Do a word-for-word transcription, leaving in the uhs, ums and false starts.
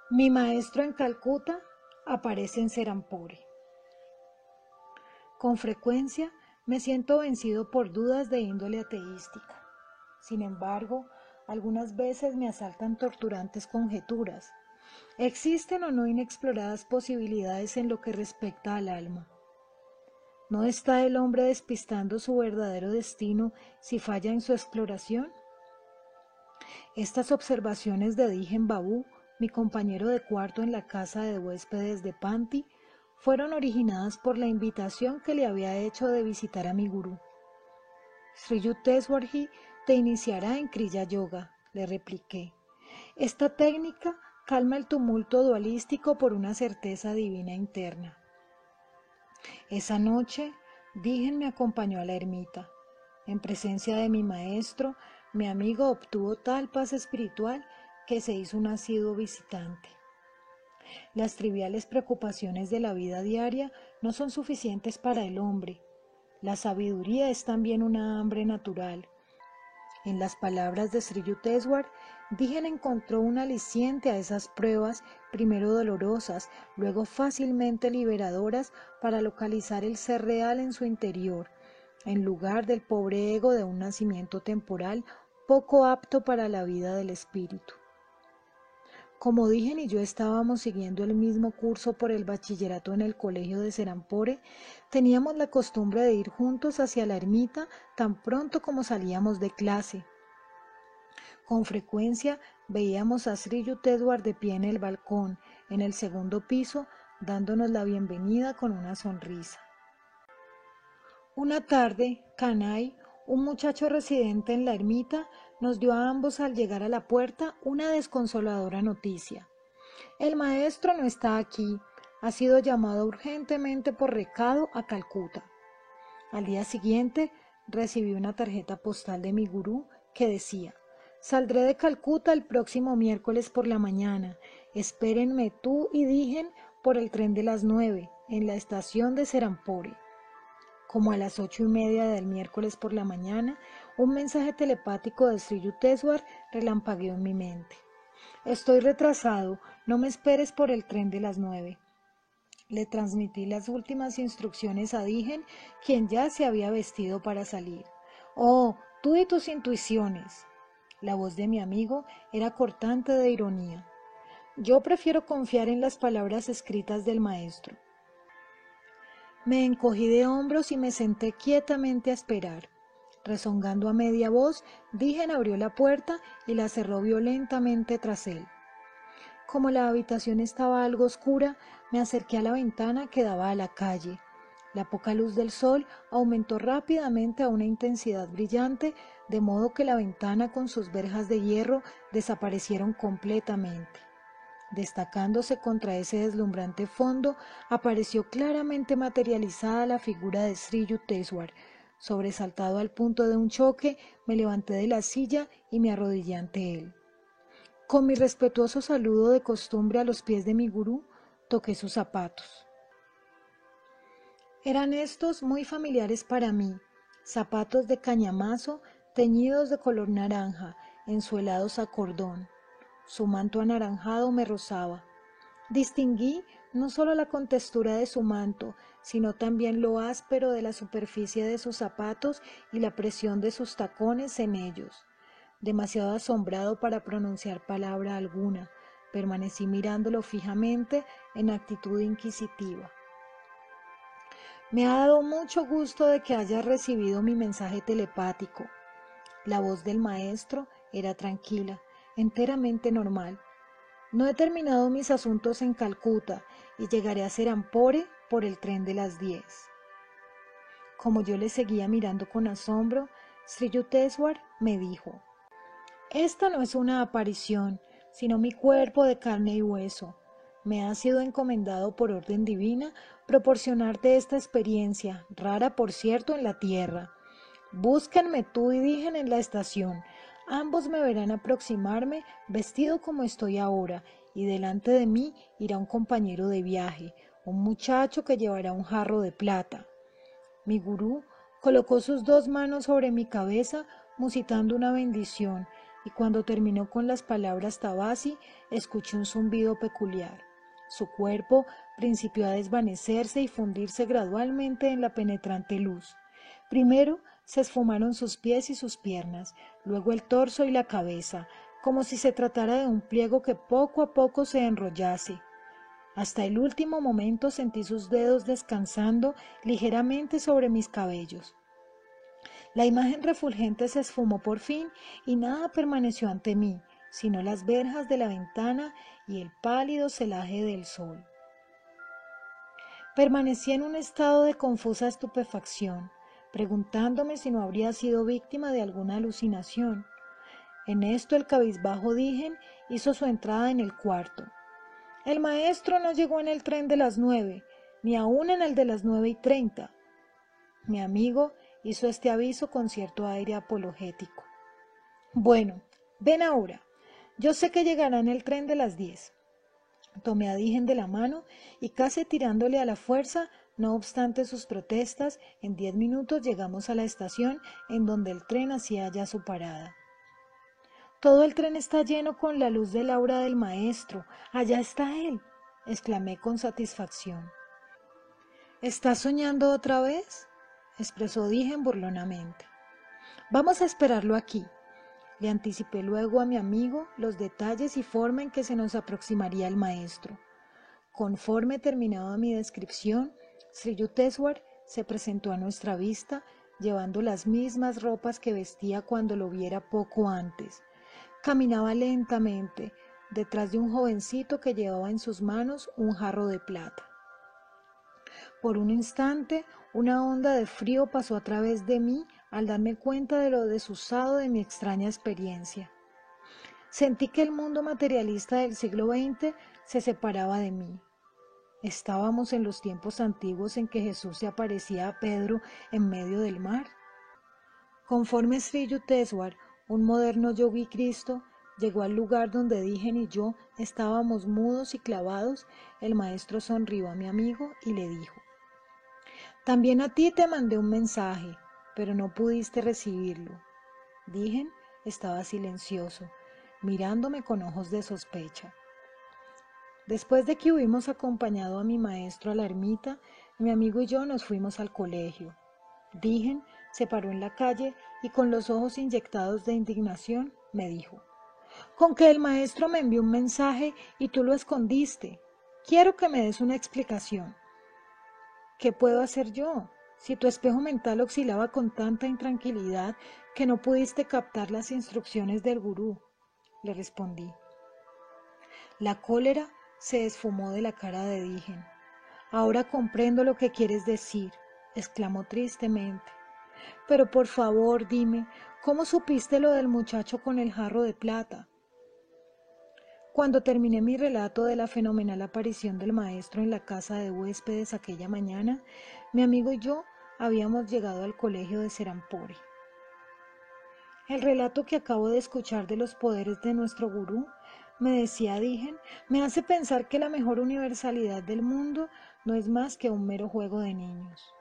Mi maestro en Calcuta aparece en Serampore. Con frecuencia me siento vencido por dudas de índole ateística. Sin embargo, algunas veces me asaltan torturantes conjeturas. ¿Existen o no inexploradas posibilidades en lo que respecta al alma? ¿No está el hombre despistando su verdadero destino si falla en su exploración? Estas observaciones de Dijen Babú, mi compañero de cuarto en la casa de huéspedes de Panti, fueron originadas por la invitación que le había hecho de visitar a mi gurú. Sri Yukteswarji te iniciará en Kriya Yoga, le repliqué. Esta técnica calma el tumulto dualístico por una certeza divina interna. Esa noche, Dijen me acompañó a la ermita. En presencia de mi maestro, mi amigo obtuvo tal paz espiritual que se hizo un asiduo visitante. Las triviales preocupaciones de la vida diaria no son suficientes para el hombre. La sabiduría es también una hambre natural. En las palabras de Sri Yukteswar, Dijen encontró un aliciente a esas pruebas, primero dolorosas, luego fácilmente liberadoras, para localizar el ser real en su interior, en lugar del pobre ego de un nacimiento temporal poco apto para la vida del espíritu. Como Dijen y yo estábamos siguiendo el mismo curso por el bachillerato en el colegio de Serampore, teníamos la costumbre de ir juntos hacia la ermita tan pronto como salíamos de clase. Con frecuencia veíamos a Sri Yukteswar de pie en el balcón, en el segundo piso, dándonos la bienvenida con una sonrisa. Una tarde, Kanai, un muchacho residente en la ermita, nos dio a ambos al llegar a la puerta una desconsoladora noticia. El maestro no está aquí, ha sido llamado urgentemente por recado a Calcuta. Al día siguiente recibí una tarjeta postal de mi gurú que decía: saldré de Calcuta el próximo miércoles por la mañana. Espérenme tú y Dijen por el tren de las nueve en la estación de Serampore. Como a las ocho y media del miércoles por la mañana, un mensaje telepático de Sri Yukteswar relampagueó en mi mente. Estoy retrasado, no me esperes por el tren de las nueve. Le transmití las últimas instrucciones a Dijen, quien ya se había vestido para salir. Oh, tú y tus intuiciones. La voz de mi amigo era cortante de ironía. Yo prefiero confiar en las palabras escritas del maestro. Me encogí de hombros y me senté quietamente a esperar. Rezongando a media voz, Dijen abrió la puerta y la cerró violentamente tras él. Como la habitación estaba algo oscura, me acerqué a la ventana que daba a la calle. La poca luz del sol aumentó rápidamente a una intensidad brillante, de modo que la ventana con sus verjas de hierro desaparecieron completamente. Destacándose contra ese deslumbrante fondo, apareció claramente materializada la figura de Sri Yukteswar. Sobresaltado al punto de un choque, me levanté de la silla y me arrodillé ante él. Con mi respetuoso saludo de costumbre a los pies de mi gurú, toqué sus zapatos. Eran estos muy familiares para mí, zapatos de cañamazo teñidos de color naranja, ensuelados a cordón. Su manto anaranjado me rozaba. Distinguí no solo la contextura de su manto, sino también lo áspero de la superficie de sus zapatos y la presión de sus tacones en ellos. Demasiado asombrado para pronunciar palabra alguna, permanecí mirándolo fijamente en actitud inquisitiva. Me ha dado mucho gusto de que hayas recibido mi mensaje telepático. La voz del maestro era tranquila, enteramente normal. No he terminado mis asuntos en Calcuta y llegaré a Serampore por el tren de las diez. Como yo le seguía mirando con asombro, Sri Yukteswar me dijo: esta no es una aparición, sino mi cuerpo de carne y hueso. Me ha sido encomendado por orden divina proporcionarte esta experiencia, rara por cierto en la tierra. Búsquenme tú y Dijen en la estación. Ambos me verán aproximarme vestido como estoy ahora, y delante de mí irá un compañero de viaje, un muchacho que llevará un jarro de plata. Mi gurú colocó sus dos manos sobre mi cabeza, musitando una bendición, y cuando terminó con las palabras Tabasi, escuché un zumbido peculiar. Su cuerpo principió a desvanecerse y fundirse gradualmente en la penetrante luz. Primero se esfumaron sus pies y sus piernas, luego el torso y la cabeza, como si se tratara de un pliego que poco a poco se enrollase. Hasta el último momento sentí sus dedos descansando ligeramente sobre mis cabellos. La imagen refulgente se esfumó por fin y nada permaneció ante mí, sino las verjas de la ventana y el pálido celaje del sol. Permanecí en un estado de confusa estupefacción, preguntándome si no habría sido víctima de alguna alucinación. En esto el cabizbajo Digen hizo su entrada en el cuarto. El maestro no llegó en el tren de las nueve, ni aún en el de las nueve y treinta. Mi amigo hizo este aviso con cierto aire apologético. Bueno, ven ahora. Yo sé que llegará en el tren de las diez. Tomé a Digen de la mano y casi tirándole a la fuerza, no obstante sus protestas, en diez minutos llegamos a la estación en donde el tren hacía ya su parada. Todo el tren está lleno con la luz del aura del maestro. Allá está él, exclamé con satisfacción. ¿Estás soñando otra vez?, expresó Digen burlonamente. Vamos a esperarlo aquí. Le anticipé luego a mi amigo los detalles y forma en que se nos aproximaría el maestro. Conforme terminaba mi descripción, Sri Yukteswar se presentó a nuestra vista, llevando las mismas ropas que vestía cuando lo viera poco antes. Caminaba lentamente, detrás de un jovencito que llevaba en sus manos un jarro de plata. Por un instante, una onda de frío pasó a través de mí al darme cuenta de lo desusado de mi extraña experiencia. Sentí que el mundo materialista del siglo veinte se separaba de mí. ¿Estábamos en los tiempos antiguos en que Jesús se aparecía a Pedro en medio del mar? Conforme Sri Yukteswar, un moderno yogi Cristo, llegó al lugar donde Digen y yo estábamos mudos y clavados, el maestro sonrió a mi amigo y le dijo: «También a ti te mandé un mensaje, pero no pudiste recibirlo». Digen estaba silencioso, mirándome con ojos de sospecha. Después de que hubimos acompañado a mi maestro a la ermita, mi amigo y yo nos fuimos al colegio. Digen se paró en la calle y con los ojos inyectados de indignación me dijo: «Con que el maestro me envió un mensaje y tú lo escondiste. Quiero que me des una explicación». «¿Qué puedo hacer yo, si tu espejo mental oscilaba con tanta intranquilidad que no pudiste captar las instrucciones del gurú?», le respondí. La cólera se esfumó de la cara de Digen. «Ahora comprendo lo que quieres decir», exclamó tristemente. «Pero por favor dime, ¿cómo supiste lo del muchacho con el jarro de plata?». Cuando terminé mi relato de la fenomenal aparición del maestro en la casa de huéspedes aquella mañana, mi amigo y yo habíamos llegado al colegio de Serampore. El relato que acabo de escuchar de los poderes de nuestro gurú, me decía Digen, me hace pensar que la mejor universalidad del mundo no es más que un mero juego de niños.